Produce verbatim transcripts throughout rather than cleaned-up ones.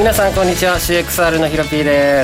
皆さんこんにちは。 シーエックスアール のヒロピーです。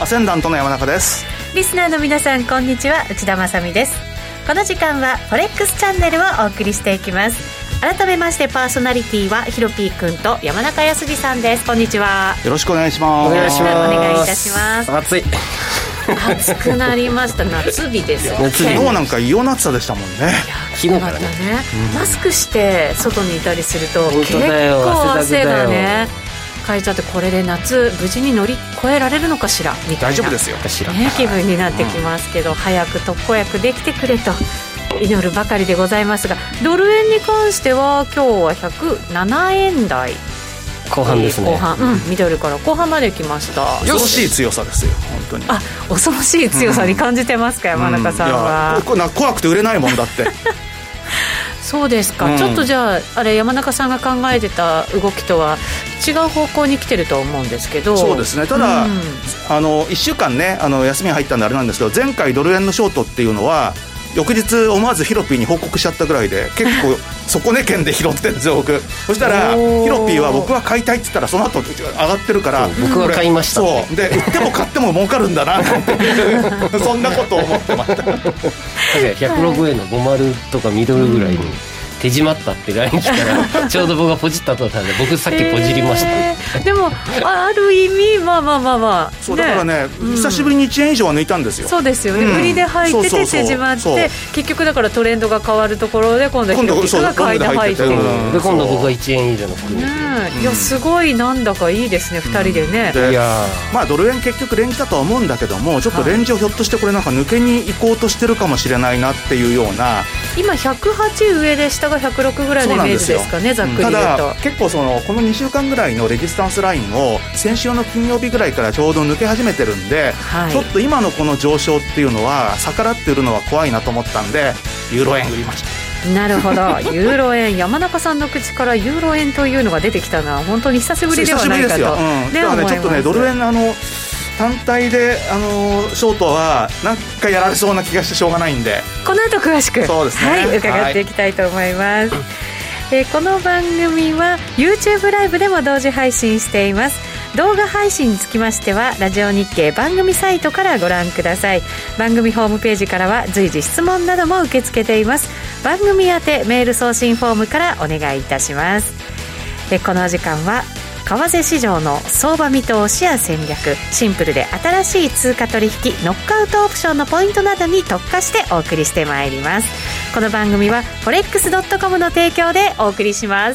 アセンダントの山中です。 リスナーの皆さんこんにちは、内田まさみです。この時間はフォレックスチャンネルをお送りしていきます。改めましてパーソナリティはヒロピーくんと山中康二さんです。こんにちは。 よろしくお願いします。 お願いします。 お願いいたします。 暑い暑くなりました。夏日ですよ。 昨日なんか異様な暑さでしたもんね。 昨日からね、 うん、マスクして外にいたりすると結構汗がねかいちゃって、これで夏無事に乗り越えられるのかしらみたいな、 大丈夫ですよ、 ね、気分になってきますけど、うん、早く特効薬できてくれと祈るばかりでございますが、ドル円に関しては今日はひゃくななえん台後半ですね。 後半、うん、ミドルから後半まで来ました。 恐ろしい強さですよ本当に。 あ、恐ろしい強さに感じてますか、うん、山中さんは。 うん、いや怖くて売れないもんだってそうですか、うん、ちょっとじゃああれ山中さんが考えてた動きとは違う方向に来てると思うんですけど。 そうですね。ただ、うん、あのいっしゅうかんね、あの休み入ったんであれなんですけど、前回ドル円のショートっていうのは翌日思わずヒロピーに報告しちゃったぐらいで、結構底値圏で拾ってるんですよ僕。そしたらヒロピーは僕は買いたいって言ったらその後上がってるから、 僕は買いました、 ね、そうで売っても買っても儲かるんだななんてそんなことを思ってましたひゃくろくえんのごじゅうとかミドルぐらいに手締まったって ライン 来たらちょうど僕がポジったとったんで僕さっきポジりました、えー、でもある意味まあまあまあまあそうだからね、うん、久しぶりにいちえん以上は抜いたんですよ。 そうですよね、うん、売りで入ってて手締まって結局だからトレンドが変わるところで今度ヒロピーが買いで入ってる、 うん、で今度僕がいちえん以上の含めて、 うん、いやすごいなんだかいいですね、うん、ふたりでね。 でいやまあドル円結局レンジだとは思うんだけども、ちょっとレンジをひょっとしてこれなんか抜けに行こうとしてるかもしれないなっていうような。 今ひゃくはち上で下がひゃくろくぐらいのイメージですかね、ざっくり言うと。 ただ結構そのこのにしゅうかんぐらいのレジスタンスラインを先週の金曜日ぐらいからちょうど抜け始めてるんで、はい、ちょっと今のこの上昇っていうのは逆らっているのは怖いなと思ったんでユーロ円売りました。 なるほどユーロ円、山中さんの口からユーロ円というのが出てきたのは本当に久しぶりではないかと。久しぶりですよ、うん、 だからねちょっとねドル円あの単体であのショートはなんかやられそうな気がしてしょうがないんで、 この後詳しくそうですね、 はい、伺っていきたいと思います、はい。えー、この番組は YouTube ライブでも同時配信しています。動画配信につきましてはラジオ日経番組サイトからご覧ください。番組ホームページからは随時質問なども受け付けています。番組宛てメール送信フォームからお願いいたします。えー、この時間は為替市場の相場見通しや戦略、シンプルで新しい通貨取引、ノックアウトオプションのポイントなどに特化してお送りしてまいります。この番組は フォレックスドットコム の提供でお送りします。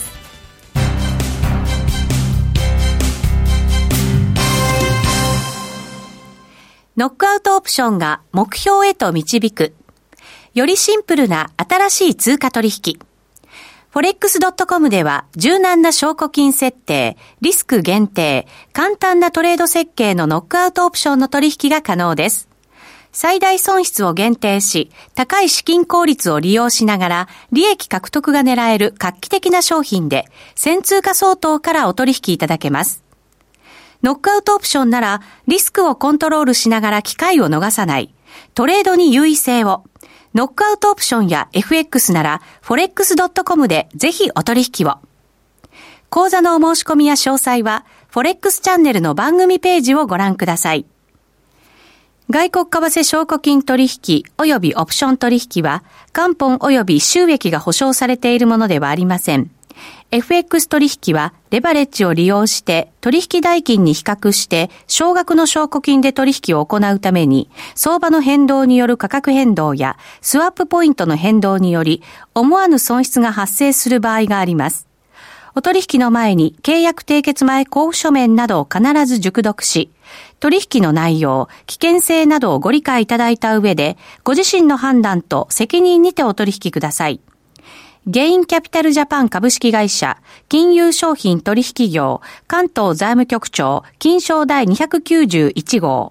ノックアウトオプションが目標へと導く、よりシンプルな新しい通貨取引。フォレックスドットコム では柔軟な証拠金設定、リスク限定、簡単なトレード設計のノックアウトオプションの取引が可能です。最大損失を限定し、高い資金効率を利用しながら利益獲得が狙える画期的な商品で、せん通貨相当からお取引いただけます。ノックアウトオプションならリスクをコントロールしながら機会を逃さない、トレードに優位性を。ノックアウトオプションや エフエックス なら フォレックスドットコム でぜひお取引を。講座のお申し込みや詳細は フォレックス チャンネルの番組ページをご覧ください。外国為替証拠金取引及びオプション取引は元本及び収益が保証されているものではありません。エフエックス 取引はレバレッジを利用して取引代金に比較して少額の証拠金で取引を行うために相場の変動による価格変動やスワップポイントの変動により思わぬ損失が発生する場合があります。お取引の前に契約締結前交付書面などを必ず熟読し、取引の内容、危険性などをご理解いただいた上でご自身の判断と責任にてお取引ください。ゲインキャピタルジャパン株式会社、金融商品取引業、関東財務局長、金商第にひゃくきゅうじゅういち号。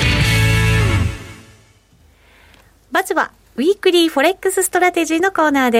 まずは、ウィークリーフォレックスストラテジーのコーナーです。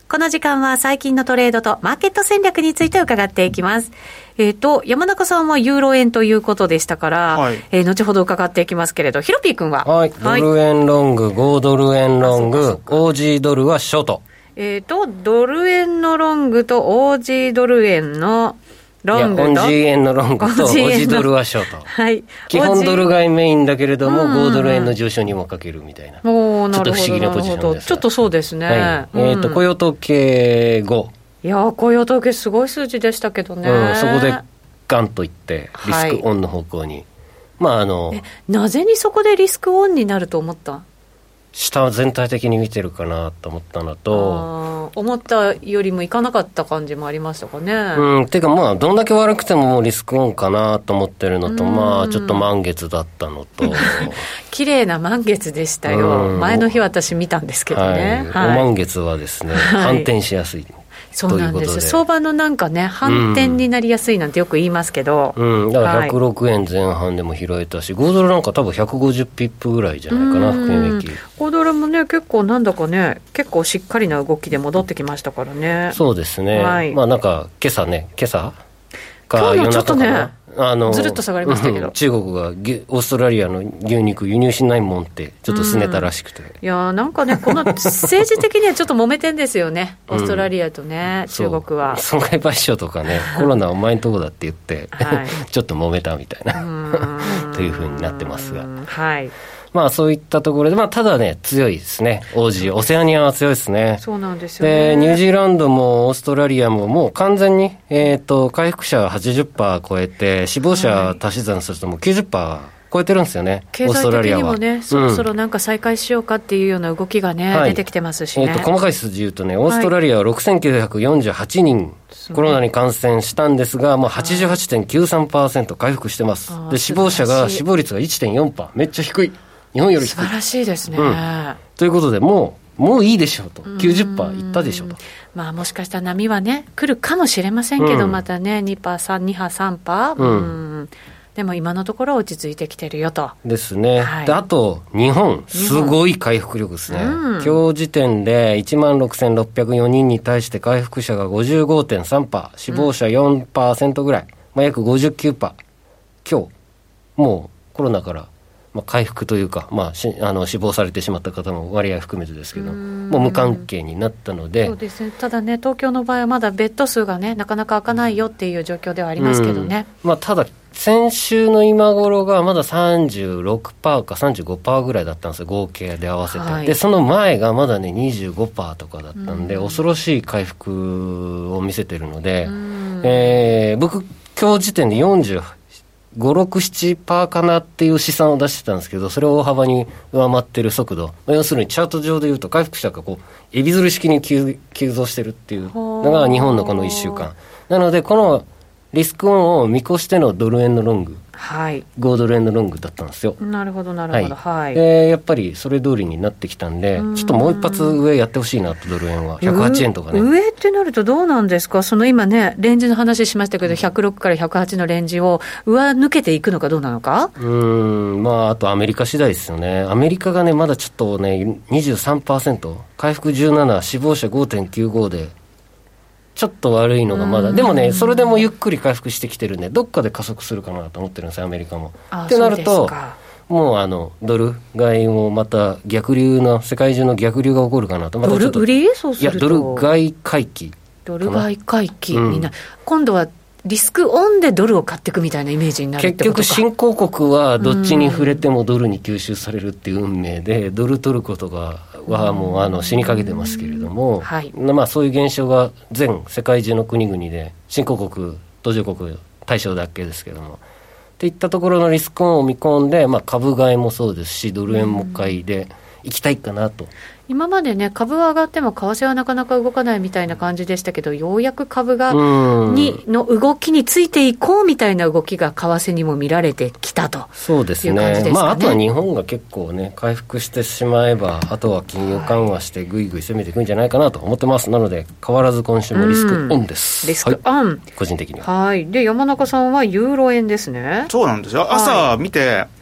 この時間は最近のトレードとマーケット戦略について伺っていきます。えっ、ー、と、山中さんはユーロ円ということでしたから、はい、えー、後ほど伺っていきますけれど、ヒロピー君は、 はい、ドル円ロング、ごドル円ロング、オージー ドルはショート。 えっ、ー、と、ドル円のロングとオージー ドル円のロングと、 いや、オージー円のロングとオージードルはショート。 はい。 基本ドル買いメインだけれども、うんうん、ごドル円の上昇にもかけるみたいな。 おー、なるほど。 ちょっと不思議なポジションです。 ちょっとそうですね。はい、 えっ、ー、と、雇用統計ご。 いやー、雇用統計すごい数字でしたけどね。 うん、そこでガンといって、リスクオンの方向に。はい、まあ、あの、 え、なぜにそこでリスクオンになると思った？ 下全体的に見てるかなと思ったのと、 あ、思ったよりもいかなかった感じもありましたかね。 うん、ていうかまあどんだけ悪くてももうリスクオンかなと思ってるのと、まあちょっと満月だったのと綺麗な満月でしたよ。前の日私見たんですけどね、 はいはい、お満月はですね、はい、反転しやすい。 そうなんです。相場のなんかね、反転になりやすいなんてよく言いますけど、 うん、うん、だからひゃくろくえんぜん半でも拾えたし、はい、ごドルなんか多分ひゃくごじゅうピップぐらいじゃないかな、含み益。 ごドルもね、結構なんだかね、結構しっかりな動きで戻ってきましたからね。 そうですね、はい、まあなんか今朝ね、今朝か今日のちょっとね、 あのずるっと下がりましたけど、 中国がオーストラリアの牛肉輸入しないもんってちょっとすねたらしくて、 いやなんかね、この政治的にはちょっと揉めてんですよね、オーストラリアとね、うん、中国は損害賠償とかねコロナお前んとこだって言って、はい、ちょっと揉めたみたいなというふうになってますが、 はい、 まあそういったところで、まあただね強いですね、オージー、オセアニアは強いですね。 そうなんですよね。 でニュージーランドもオーストラリアももう完全に、えー、と回復者は はちじゅっパーセント 超えて、死亡者足し算するともう きゅうじゅっパーセント超えてるんですよね。 経済的にもね、そろそろなんか再開しようかっていうような動きがね、うん、出てきてますしね。 えー、と細かい数字言うとね、オーストラリアはろくせんきゅうひゃくよんじゅうはちにん、はい、コロナに感染したんですが、まあ、はちじゅうはちてんきゅうさんパーセント 回復してます。で死亡者が死亡率が いちてんよんパーセント、めっちゃ低い。日本より低い。 素晴らしいですね、 うん、ということでもうもういいでしょうと、きゅうじゅっパーセント いったでしょうと。 まあ、もしかしたら波はね来るかもしれませんけど、うん、またね にパーセント、に波さんパーセント、うんうん、でも今のところ落ち着いてきてるよとですね、はい、であと日本すごい回復力ですね、うん、今日時点で いちまんろくせんろっぴゃくよにんに対して回復者が ごじゅうごてんさんパーセント、死亡者 よんパーセント ぐらい、まあ、約 ごじゅうきゅうパーセント、今日もうコロナからまあ、回復というか、まあ、しあの死亡されてしまった方も割合含めてですけど、もう無関係になったので。 そうですね、ただね、東京の場合はまだベッド数がねなかなか開かないよっていう状況ではありますけどね、 まあ、ただ先週の今頃がまだ さんじゅうろくパーセント か さんじゅうごパーセント ぐらいだったんですよ、合計で合わせて、はい、でその前がまだね にじゅうごパーセント とかだったんで、恐ろしい回復を見せてるので、えー、僕今日時点でよんじゅうご、ろく、ななパーセント かなっていう試算を出してたんですけど、それを大幅に上回ってる速度、要するにチャート上でいうと回復者がこうエビ釣り式に 急, 急増してるっていうのが日本のこのいっしゅうかんなので、このリスクオンを見越してのドル円のロング、はい、ごドル円のロングだったんですよ。 なるほどなるほど、はいはい、 でやっぱりそれ通りになってきたんで、ちょっともう一発上やってほしいなと、ドル円はひゃくはちえんとかね。 上ってなるとどうなんですか、その今ねレンジの話しましたけど、ひゃくろくからひゃくはちのレンジを上抜けていくのかどうなのか。 うーん、まああとアメリカ次第ですよね。アメリカがねまだちょっとね にじゅうさんパーセント 回復じゅうなな、死亡者 ごてんきゅうご でちょっと悪いのがまだ、でもねそれでもゆっくり回復してきてるんで、どっかで加速するかなと思ってるんですよ、アメリカも。ってなるともうあのドル買いもまた逆流の、世界中の逆流が起こるかなと。またちょっとドル売り、そうするといやドル買い回帰ドル買い回帰にな、うん、今度はリスクオンでドルを買っていくみたいなイメージになるってことか。 結局新興国はどっちに触れてもドルに吸収されるっていう運命で、ドル取ることがはもうあの死にかけてますけれども、はい、まあ、そういう現象が全世界中の国々で、新興国途上国対象だけですけどもっていったところのリスクオンを見込んで、まあ、株買いもそうですしドル円も買いでいきたいかなと。 今までね株は上がっても為替はなかなか動かないみたいな感じでしたけど、ようやく株がにの動きについていこうみたいな動きが為替にも見られてきたという感じですかね。そうですね、 まあ、あとは日本が結構ね回復してしまえば、あとは金融緩和してぐいぐい攻めていくんじゃないかなと思ってます。なので変わらず今週もリスクオンです。 リスクオン、はい、 個人的には。 はい。で山中さんはユーロ円ですね。 そうなんですよ。朝見て、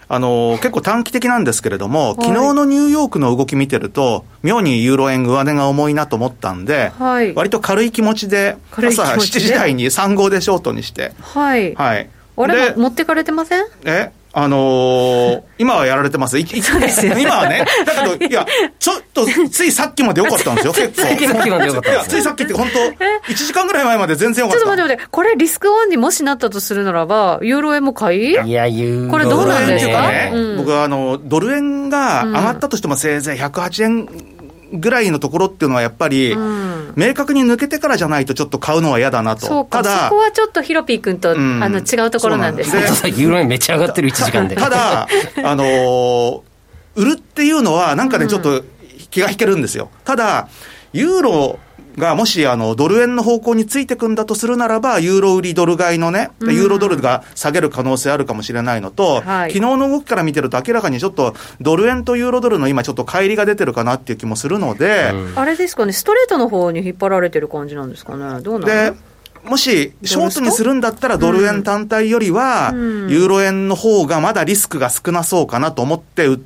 あの結構短期的なんですけれども、昨日のニューヨークの動き見てると妙にユーロ円上値が重いなと思ったんで、はい、割と軽い気持ちで朝しちじ台にさん号でショートにして、 はい、はい、あれ持ってかれてません？ えあのー、今はやられてます。そうですよ、今はね。だけど、いや、ちょっと、ついさっきまで良かったんですよ、結構。 さっきまで良かったんですよ。いや、 ついさっきって本当いちじかんぐらい前まで全然良かった。 ちょっと待って待って、これリスクオンにもしなったとするならば、ユーロ円も買い？ いや、ユーロ。 これどうなんですか？ ね、うん、僕はあの、ドル円が上がったとしてもせいぜいひゃくはちえんぐらいのところっていうのはやっぱり、うん、明確に抜けてからじゃないとちょっと買うのは嫌だなと。 そうか、ただそこはちょっとヒロピー君と、うん、あの違うところなんですね。 ユーロ円めっちゃ上がってるいちじかんで。 ただ、あのー、売るっていうのはなんかね、ちょっと気が引けるんですよ。ただ、ユーロがもしあのドル円の方向についてくんだとするならば、ユーロ売りドル買いのね、うん、ユーロドルが下げる可能性あるかもしれないのと、はい、昨日の動きから見てると明らかにちょっとドル円とユーロドルの今ちょっと乖離が出てるかなっていう気もするので、 うん、あれですかね、ストレートの方に引っ張られてる感じなんですかね。どうなの？ でもしショートにするんだったらドル円単体よりはユーロ円の方がまだリスクが少なそうかなと思って売って、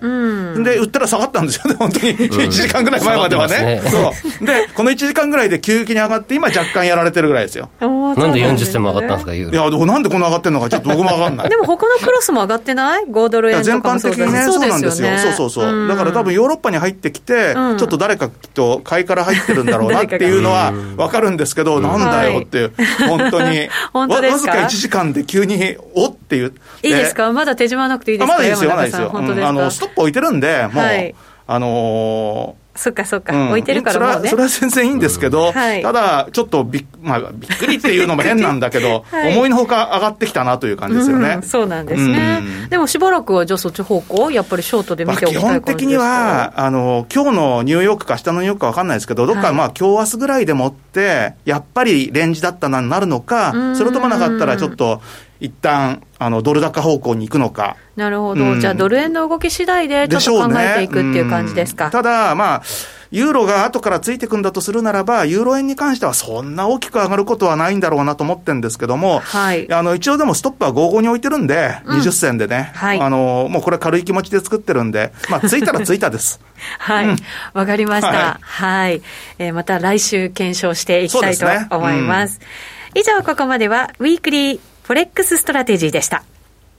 うん、で売ったら下がったんですよね、本当にいちじかんぐらい前まではね、うん、そうでこのいちじかんぐらいで急激に上がって今若干やられてるぐらいですよ。 なんでよんじゅっせんも上がったんですか？ユーロ。 いや、なんでこんな上がってるのかちょっと僕も上がんない。 でも他のクロスも上がってない？ごドル円とかもそうですね。 全般的にね、そうなんですよ。そうそうそう、うん、だから多分ヨーロッパに入ってきて、うん、ちょっと誰かきっと買いから入ってるんだろうなっていうのは分かるんですけど、うん、なんだよっていう、はい、本当に本当ですか？ わずかいちじかんで急におっていう。 いいですか？まだ手締まなくていいですか？ まだいいですよ、まだいいですよ。本当ですか？うん、あのストップ置いてるんで、もう、はい、あのーそっかそっか、うん、置いてるからもうね、 それは全然いいんですけど、うん、はい、ただちょっとびっ、まあ、びっくりっていうのも変なんだけど、はい、思いのほか上がってきたなという感じですよね、 うん、そうなんですね、うん、でもしばらくはじゃあそっち方向やっぱりショートで見ておきたい感じですか？まあ、基本的にはあの今日のニューヨークか明日のニューヨークか分かんないですけど、どっかまあ今日明日ぐらいでもってやっぱりレンジだったなになるのか、それともなかったらちょっと一旦あのドル高方向に行くのか。なるほど、うん、じゃあドル円の動き次第でちょっと考えていくっていう感じですか？ ね、うん、ただまあユーロが後からついてくんだとするならば、ユーロ円に関してはそんな大きく上がることはないんだろうなと思ってるんですけども、はい、あの一応でもストップはごじゅうごに置いてるんで、うん、にじゅっせんでね、はい、あのもうこれ軽い気持ちで作ってるんで、まあついたらついたですはい、わ、うん、かりました、はいはい、えー、また来週検証していきたいと思います、ね、うん、以上ここまではウィークリーフォレックスストラテジーでした。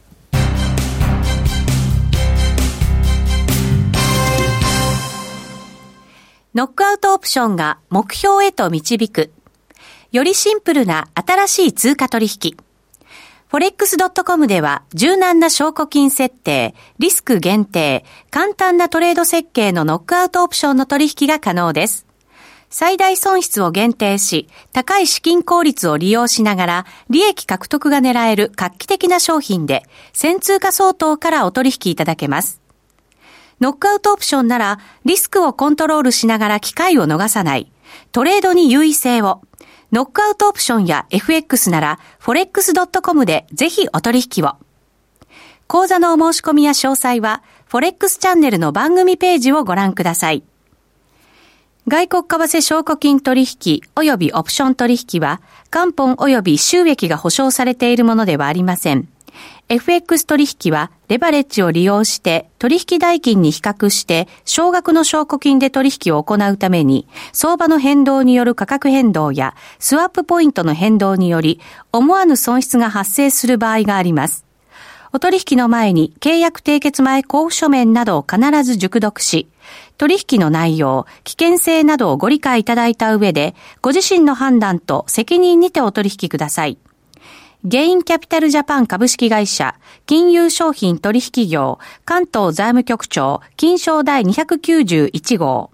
ノックアウトオプションが目標へと導く。よりシンプルな新しい通貨取引。フォレックスドットコム では柔軟な証拠金設定、リスク限定、簡単なトレード設計のノックアウトオプションの取引が可能です。最大損失を限定し、高い資金効率を利用しながら利益獲得が狙える画期的な商品で、先通貨相当からお取引いただけます。ノックアウトオプションならリスクをコントロールしながら機会を逃さない。トレードに優位性を。ノックアウトオプションや エフエックス なら フォレックスドットコム でぜひお取引を。講座のお申し込みや詳細は フォレックス チャンネルの番組ページをご覧ください。外国為替証拠金取引及びオプション取引は元本及び収益が保証されているものではありません。エフエックス 取引はレバレッジを利用して取引代金に比較して少額の証拠金で取引を行うために相場の変動による価格変動やスワップポイントの変動により思わぬ損失が発生する場合があります。お取引の前に契約締結前交付書面などを必ず熟読し、取引の内容、危険性などをご理解いただいた上でご自身の判断と責任にてお取引ください。ゲインキャピタルジャパン株式会社、金融商品取引業、関東財務局長、金商第にひゃくきゅうじゅういち号。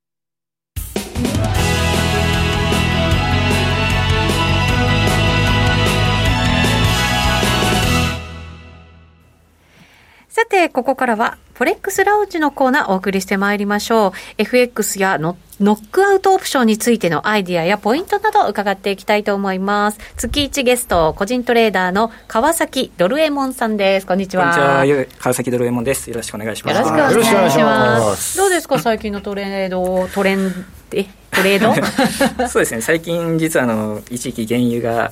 さて、ここからは、フォレックスラウンジのコーナーお送りしてまいりましょう。エフエックス やノノックアウトオプションについてのアイディアやポイントなどを伺っていきたいと思います。月いちゲスト、個人トレーダーの川崎ドルエモンさんです。こんにちは。 こんにちは。川崎ドルエモンです。よろしくお願いします。 よろしくお願いします。どうですか、最近のトレード、トレン、え、トレードそうですね、最近実はあの、一時期原油が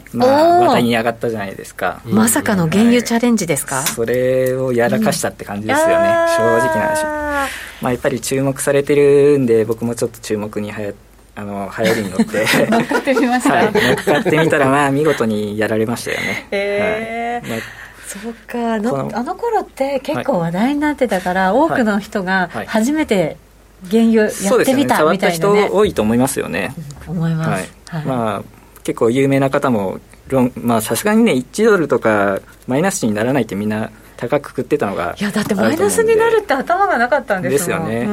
まあ、話題に上がったじゃないですか。 まさかの原油チャレンジですか？ はい、それをやらかしたって感じですよね、うん、正直な話。まあ、やっぱり注目されてるんで、僕もちょっと注目にはやあの流行りに乗って乗っかってみました、 はい、乗っかってみたら、まあ、見事にやられましたよね。 へー、はい、まあ、そうか、のあの頃って結構話題になってたから、はい、多くの人が初めて原油やってみたみたいな、ね、 触った人多いと思いますよね、 うん、思います、 はいはい、まあ、結構有名な方もさすがにねいちドルとかマイナスにならないってみんな高く食ってたのが、 いやだってマイナスになるって頭がなかったんですよですよね、 うん、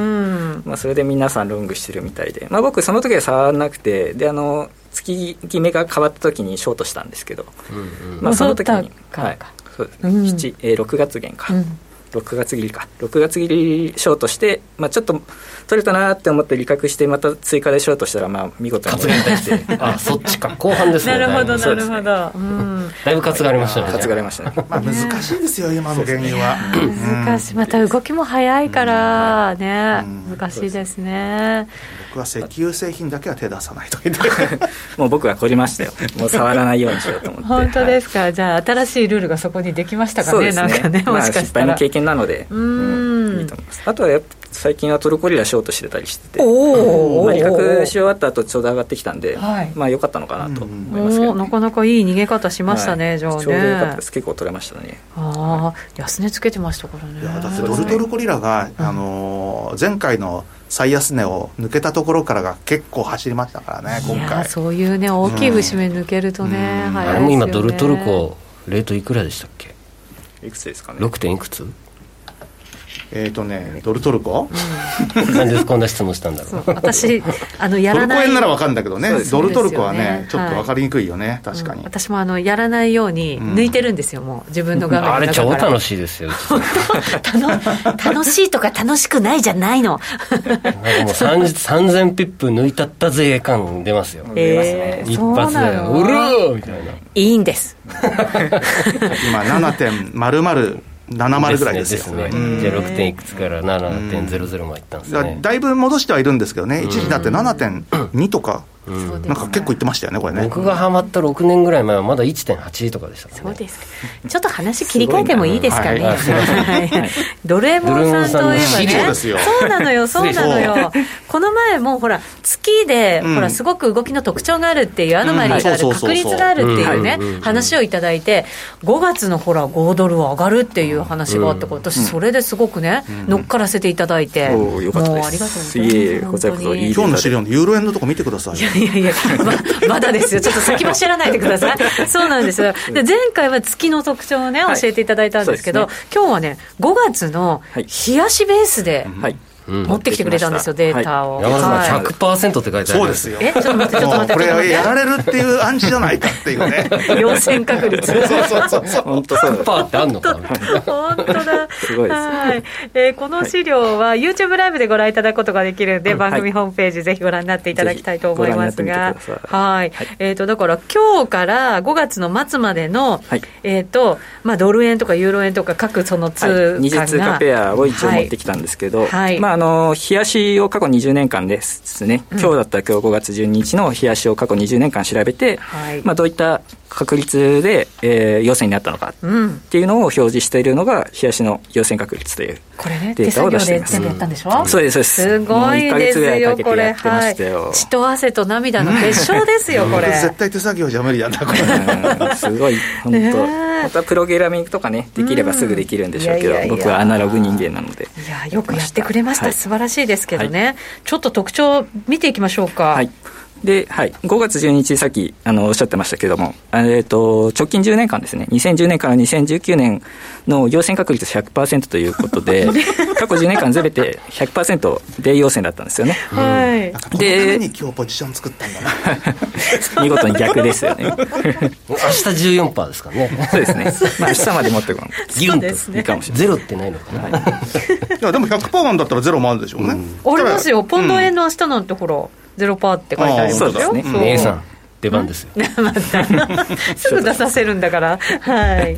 まあ、それで皆さんロングしてるみたいで、まあ、僕その時は触らなくて、であの月決めが変わった時にショートしたんですけど、うんうん、まあ、その時に、はい、そうですね、うん、えー、ろくがつげんか、うん、ろくがつ切りかろくがつ切りショートして、まあ、ちょっと取れたなって思って利確してまた追加でショートしたら、まあ、見事に勝ちしてあ、そっちか、後半ですね。 なるほどなるほど、うん、 だいぶ担がれましたね。 担がれましたねまあ、難しいですよ今の原油は、 難しい、また動きも早いからね、うん、難しいですね。 僕は石油製品だけは手出さないといけもう僕は凝りましたよ、もう触らないようにしようと思って本当ですか、はい、じゃあ新しいルールがそこにできましたか ね, そうですね、なんかね、もしかしたら、まあ、失敗の経験なので、うん、いいと思います。あとはやっぱ最近はトルコリラショートしてたりしてて、お、まあ、利確し終わった後ちょうど上がってきたんで、はい、まあ良かったのかなと思いますけど、ね、 なかなかいい逃げ方しましたね、はい、じゃあね、 ちょうど良かったです。結構取れましたね。 あ、はい、安値つけてましたからね。 いやだってドルトルコリラが、あのー、前回の最安値を抜けたところからが結構走りましたからね、今回。 いやそういうね大きい節目抜けるとね、うん、 あれも今ドルトルコレートいくらでしたっけ？ いくつですかね。 ろくてんいくつ？ えーとね、ドルトルコ、 うん、なんでこんな質問したんだろう。 そう私あのやらないトルコ円なら分かるんだけどね、ドルトルコはねちょっと分かりにくいよね、はい、確かに、 うん、私もあのやらないように抜いてるんですよ、うん、もう自分の画面の中から。 あれ超楽しいですよ楽しいとか楽しくないじゃないのなんかもうさんぜんピップ抜いたったぜ感出ますよ、 えー、 一発でうるーみたいな。 いいんです今 ななてんまるまるななじゅうぐらいですよ。 ですね、ですね。じゃあろくてんいくつから ななてんゼロゼロ までいったんですね。 だ, だいぶ戻してはいるんですけどね、一時だって ななてんに とか、うん、なんか結構言ってましたよねこれね。 僕がハマったろくねんぐらい前はまだ いってんはち とかでしたからね。 そうですか。ちょっと話切り替えてもいいですかね。はいはいはい、ドルエモンさんといえばね、そうですよ、そうなのよそうなのよこの前もほら月で、うん、ほらすごく動きの特徴があるっていうアノマリーがある、うん、確率があるっていうね、うん、話をいただいて、ごがつのほらごドルは上がるっていう話があって、うん、私それですごくね、うん、乗っからせていただいて、 うん、よかったです。もうありがとうございます。いえいえ、こちらこそいい。 今日の資料のユーロ円のとこ見てください。 いやいやいや ま, まだですよ、ちょっと先走らないでくださいそうなんですよ。で前回は月の特徴をね、はい、教えていただいたんですけど、すね、今日はねごがつの冷やしベースで、はい、持ってきてくれたんですよ、データを。 山田さん、はい、ひゃくパーセント って書いてある。 そうですよ。 え、ちょっと待って、ちょっと待って。 これやられるっていう暗示じゃないかっていうね。 陽線確率。そうそうそうそう。 本当そう。ひゃくパーセント ってあんのかな。 本当だ。 すごいです。 はい。えー、この資料は YouTube ライブでご覧いただくことができるんで、番組ホームページぜひご覧になっていただきたいと思いますが、はい。えっとだから今日からごがつの末までのえっとまあドル円とかユーロ円とか各その通貨が二次通貨ペアを一応持ってきたんですけど、まああの冷やしを過去にじゅうねんかんですね、うん、今日だったら今日ごがつじゅうににちの冷やしを過去にじゅうねんかん調べて、はい、まあ、どういった確率で、えー、陽線になったのかっていうのを表示しているのが冷やしの陽線確率というデータを出しています。 これね手作業で全部やったんでしょ、うん、 そうですそうです。 すごいですよこれ、はい、血と汗と涙の結晶ですよ、うん、これ絶対手作業じゃ無理だなこれ、 うん、すごい本当、ね、またプログラミングとかねできればすぐできるんでしょうけど、うん、いやいやいや僕はアナログ人間なので。 いやよくやってくれました、はい、素晴らしいですけどね、はい、ちょっと特徴見ていきましょうか。 はい。で、はい、ごがつじゅうににちさっきあのおっしゃってましたけども、えー、と直近じゅうねんかんですね、にせんじゅうねんからにせんじゅうきゅうねんの陽線確率 ひゃくパーセント ということで過去じゅうねんかんずれて ひゃくパーセント で陽線だったんですよね。 はい。 なんかこのために今日ポジション作ったんだな見事に逆ですよね明日 じゅうよんパーセント ですからね。 そうですね、まあ、明日まで持ってこないギュンといいかもしれない。ゼロってないのかな、はい、 いやでも ひゃくパーセント なんだったらゼロもあるでしょうね、 うん、ありますよ。ポンド円の明日なんてほら、うんゼロパーって書いてありますよ。 そうですね。 姉さん出番ですよ。 またすぐ出させるんだから。はい。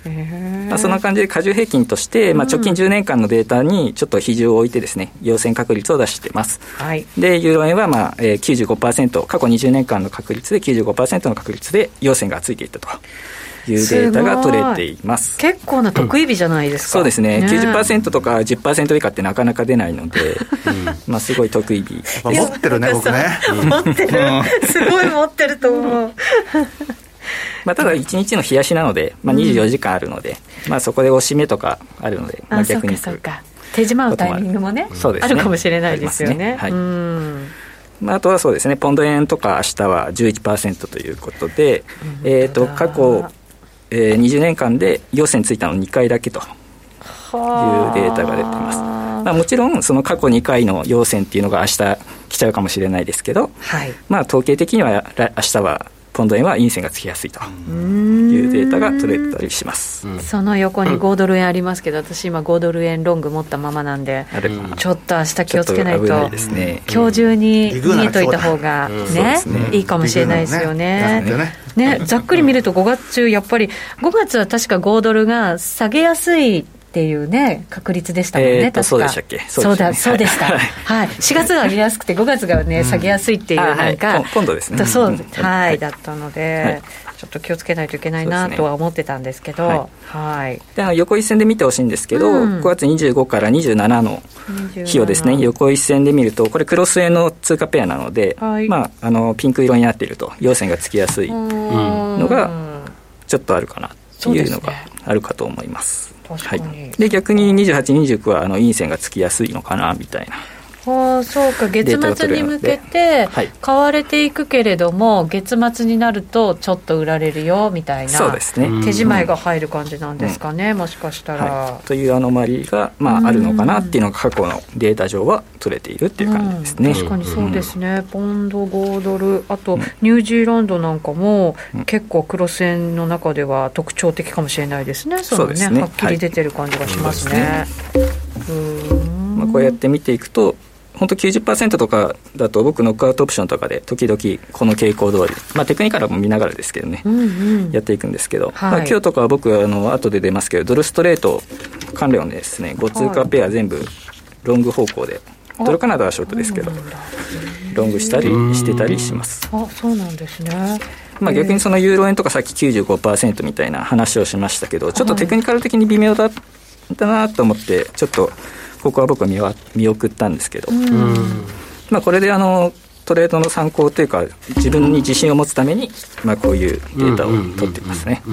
まあ、そんな感じで加重平均として、まあ、直近じゅうねんかんのデータにちょっと比重を置いてですね、陽線確率を出しています、はい、でユーロ円は、まあえー、きゅうじゅうごパーセント、過去にじゅうねんかんの確率で きゅうじゅうごパーセント の確率で陽線がついていったというデータが取れています。 結構な得意日じゃないですか、 うん、そうですね、ね きゅうじゅっパーセント とか じゅっパーセント 以下ってなかなか出ないので、うんまあ、すごい得意日です。 持ってるね僕ね持ってるすごい持ってると思うまあ、ただいちにちの日足なので、まあ、にじゅうよじかんあるので、うんまあ、そこで押し目とかあるので、まあ、逆にそうかそうか手締まうタイミングも ね,、うん、ねあるかもしれないですよね。あ、ねはいうんまあ、あとはそうですね、ポンド円とか明日は じゅういちパーセント ということで、うんえー、と過去、えー、にじゅうねんかんで陽線ついたのにかいだけというデータが出ています。まあ、もちろんその過去にかいの陽線っていうのが明日来ちゃうかもしれないですけど、はいまあ、統計的には明日はポンド円は陰線がつきやすいというデータが取れたりします。 その横にごドル円ありますけど、私今ごドル円ロング持ったままなんで、ちょっと明日気をつけないと、ないですね、今日中に見えといた方がね、いいかもしれないですよね。ね、ざっくり見るとごがつ中やっぱりごがつは確かごドルが下げやすいっていうね確率でしたもんね、 えー、確かそうでしたっけ。 そうだそうでした、はいはい、しがつが上げやすくてごがつがね、うん、下げやすいっていうなんか、 はい、今度ですねそう、 うんはい、だったので、はい、ちょっと気をつけないといけないなとは思ってたんですけど、はいはい、 であの横一線で見てほしいんですけど、うん、ごがつにじゅうごからにじゅうしちの日をですね横一線で見ると、これクロス円の通貨ペアなので、はいまあ、あのピンク色になっていると陽線がつきやすいのがちょっとあるかなっていうのがあるかと思います。はい、で逆ににじゅうはち、にじゅうくはあの陰線がつきやすいのかなみたいな。 ああそうか、月末に向けて買われていくけれども、はい、月末になるとちょっと売られるよみたいな、 そうですね、 手締まいが入る感じなんですかね、うん、もしかしたら、 はい、というアノマリーが、まあ、あるのかなっていうのが過去のデータ上は取れているっていう感じですね、 うん、確かにそうですね、うん、ポンドごドルあとニュージーランドなんかも、うん、結構クロス円の中では特徴的かもしれないですね。そのね、そうですね、はっきり出てる感じがしますね、はい、 うんまあ、こうやって見ていくと本当 きゅうじゅっパーセント とかだと僕ノックアウトオプションとかで時々この傾向通り、まあ、テクニカルも見ながらですけどね、うんうん、やっていくんですけど、はいまあ、今日とかは僕あの後で出ますけどドルストレート関連をですねご通貨ペア全部ロング方向で、ドルカナダはショートですけどロングしたりしてたりします。 あ、そうなんですね。 まあ、逆にそのユーロ円とかさっき きゅうじゅうごパーセント みたいな話をしましたけど、ちょっとテクニカル的に微妙だったなと思ってちょっとここは僕は 見, は見送ったんですけど、うんまあ、これであのトレードの参考というか自分に自信を持つために、まあ、こういうデータを取っていますね。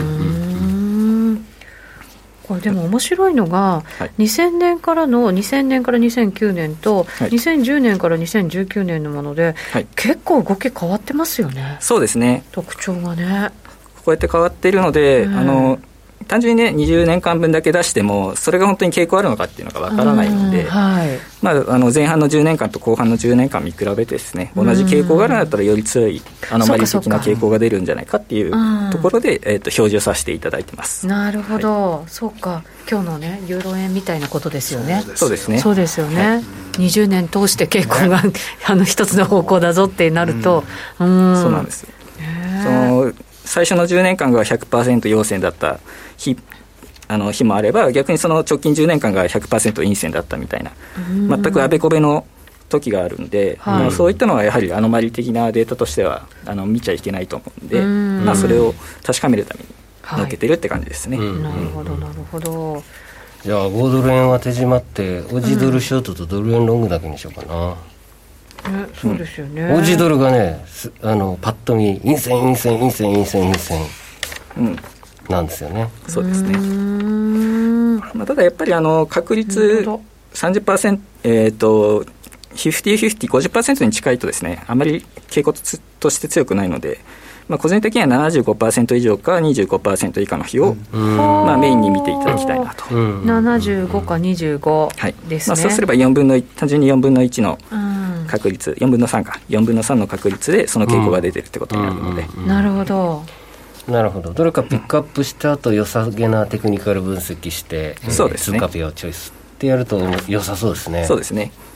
これでも面白いのが、はい、にせんねんからのにせんねんからにせんきゅうねんと、はい、にせんじゅうねんからにせんじゅうきゅうねんのもので、はい、結構動き変わってますよね。 そうですね、 特徴がねこうやって変わっているので、うん、あの単純にねにじゅうねんかんぶんだけ出してもそれが本当に傾向あるのかっていうのがわからないので、はいまあ、あの前半のじゅうねんかんと後半のじゅうねんかん見比べてですね同じ傾向があるんだったらより強いアノマリ的な傾向が出るんじゃないかっていうところで、えー、と表示をさせていただいてます。 なるほど、はい、そうか今日のねユーロ円みたいなことですよね。 そうですねそうですよね、はい、にじゅうねん通して傾向が、ね、あの一つの方向だぞってなると、うん、 うんそうなんですよ。その最初のじゅうねんかんが ひゃくパーセント 陽線だった日あの日もあれば逆にその直近じゅうねんかんが ひゃくパーセント 陰線だったみたいな全くあべこべの時があるんで、はいまあ、そういったのはやはりアノマリ的なデータとしてはあの見ちゃいけないと思うんで、うんまあ、それを確かめるために載っけてるって感じですね、 はいうん、なるほどなるほど。 じゃあごドル円は手締まってオジドルショートとドル円ロングだけにしようかな、 うんね、そうですよね、 うん、オジドルがねあのパッと見陰線陰線陰線陰線陰線、うんなんですよね。 そうですね。まあ、ただやっぱりあの確率 さんじゅっパーセント、えーと、フィフティーフィフティー、ごじゅっパーセント に近いとですね、あまり傾向として強くないので、まあ、個人的には ななじゅうごパーセント 以上か にじゅうごパーセント 以下の日を、まあ、メインに見ていただきたいなと。 ななじゅうごかにじゅうごですね。 はいまあ、そうすればよんぶんのいち、単純によんぶんのいちの確率、よんぶんのさんか、よんぶんのさんの確率でその傾向が出てるってことになるので。 なるほど。 なるほど。どれかピックアップした後良さげなテクニカル分析して、 そうですね、 通貨ペアをチョイスってやると良さそうですね。 そうですね。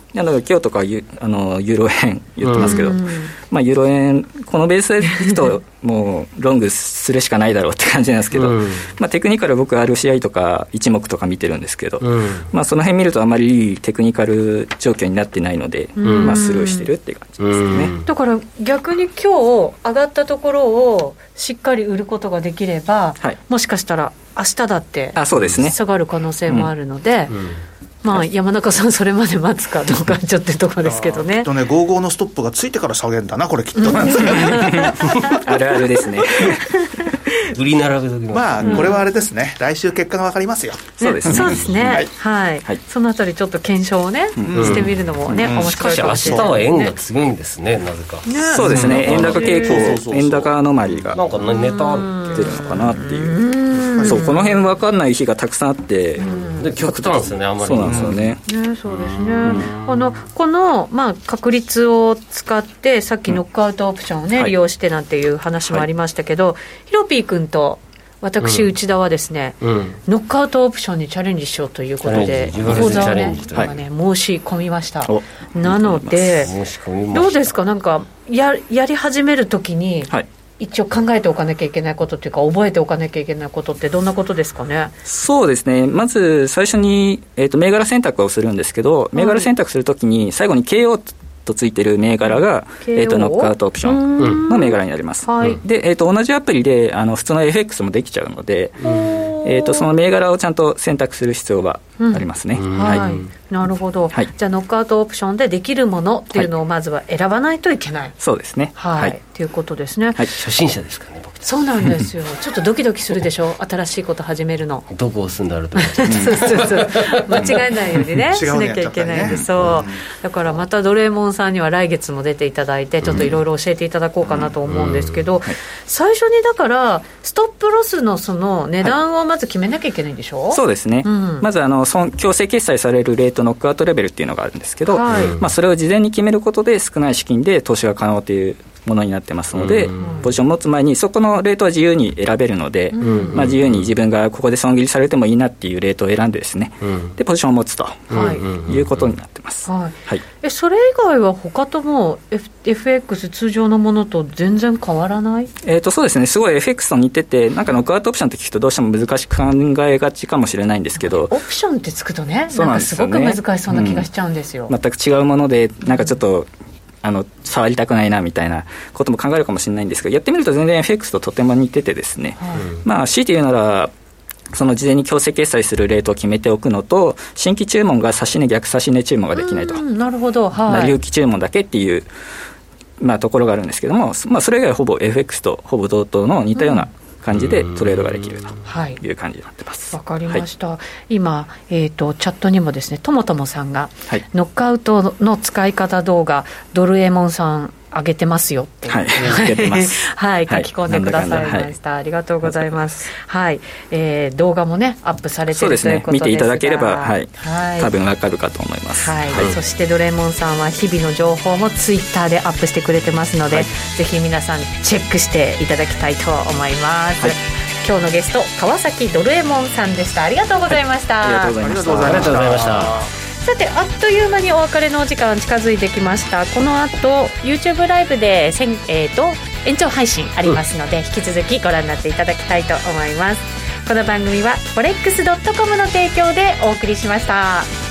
あの今日とかユあのユーロ円言ってますけど、うんまあ、ユーロ円このベースでいくともうロングするしかないだろうって感じなんですけど、うんまあ、テクニカル僕 アールシーアイ とか一目とか見てるんですけど、うんまあ、その辺見るとあまりいいテクニカル状況になってないので、うんまあ、スルーしてるっていう感じですね、うん、 だから逆に今日上がったところをしっかり売ることができれば、はい、もしかしたら明日だって下がる可能性もあるので、うんうんまあ、山中さんそれまで待つかどうかちょっというところですけどね。 きっとねごじゅうごのストップがついてから下げるんだなこれきっとなんですけどあるあるですね売り並べときます。 まあこれはあれですね、うん、来週結果が分かりますよ。 そうですね、 そうですね、はいはいはい、そのあたりちょっと検証をね、うん、してみるのもね、うん、面白いかもしれない、ね、 しかし明日は円が強いんですねなぜか、 ね、そうですね、円高傾向、そうそうそうそう、円高アノマリがなんかネタ出るのかなっていう、うそうこの辺分かんない日がたくさんあって、 うんで極端ですよねあんまり。 そうなんですよね、 ねそうですね、うん、あのこの、まあ、確率を使ってさっきノックアウトオプションを、ねうん、利用してなんていう話もありましたけど、はい、ヒロピー君と私、うん、内田はですね、うん、ノックアウトオプションにチャレンジしようということで講座をね、今ね申し込みました、はい、なのでどうですか、なんか や, やり始めるときに、はい一応考えておかなきゃいけないことというか覚えておかなきゃいけないことってどんなことですかね。 そうですね、まず最初に、えーと、銘柄選択をするんですけど、銘柄選択するときに最後に ケーオー とついている銘柄が、えーと、ノックアウトオプションの銘柄になります、はいでえーと、同じアプリであの普通の エフエックス もできちゃうので、えーと、その銘柄をちゃんと選択する必要がありますね、うんはいはい、なるほど、はい、じゃあノックアウトオプションでできるものっていうのをまずは選ばないといけない、はい、 そうですね、 はいはい、ということですね、はい、 初心者ですかね僕。 そうなんですよちょっとドキドキするでしょ新しいこと始めるのどこを押すんだろうとかそうそうそう間違えないようにねしなきゃいけないんで、そう、うん、だからまたドレーモンさんには来月も出ていただいてちょっといろいろ教えていただこうかなと思うんですけど、うんうんはい、最初にだからストップロスのその値段をまず決めなきゃいけないんでしょ、はい、 そうですね、うん、まずあの強制決済されるレートノックアウトレベルっていうのがあるんですけど、はいまあ、それを事前に決めることで少ない資金で投資が可能というものになってますので、うん、ポジションを持つ前にそこのレートは自由に選べるので、うんまあ、自由に自分がここで損切りされてもいいなっていうレートを選んでですね、うん、でポジションを持つと、はい、いうことになってます、はいはい、 えそれ以外は他とも F、エフエックス 通常のものと全然変わらない？ えーとそうですね、すごい エフエックス と似ててなんかノックアウトオプションって聞くとどうしても難しく考えがちかもしれないんですけど、 オプションってつくとねなんかすごく難しそうな気がしちゃうんですよ、 うん、全く違うものでなんかちょっとあの触りたくないなみたいなことも考えるかもしれないんですけど、やってみると全然 エフエックス ととても似ててですね、はいまあ、強いて言うならその事前に強制決済するレートを決めておくのと、新規注文が指値逆指値注文ができないと、 うんなるほど、はい、 成り行き注文だけっていう、まあ、ところがあるんですけども、まあ、それ以外はほぼ エフエックス とほぼ同等の似たような、うん感じでトレードができるという感じになってます。 わ、はい、かりました、はい、今、えーと、チャットにもですねともともさんが、はい、ノックアウトの使い方動画ドルエモンさん上げてますよって、 はい、上げてます、 はい、書き込んでくださいました、はい、ありがとうございます、はいえー、動画もねアップされているということですが、 見ていただければ、はいはい、多分わかるかと思います、 はいはい、そしてドルエモンさんは日々の情報もツイッターでアップしてくれてますので、はい、ぜひ皆さんチェックしていただきたいと思います、はい、今日のゲスト川崎ドルエモンさんでした。ありがとうございました、 はい、ありがとうございました。 さてあっという間にお別れのお時間近づいてきました。この後 YouTube ライブで、えー、と延長配信ありますので、うん、引き続きご覧になっていただきたいと思います。この番組は フォレックスドットコム の提供でお送りしました。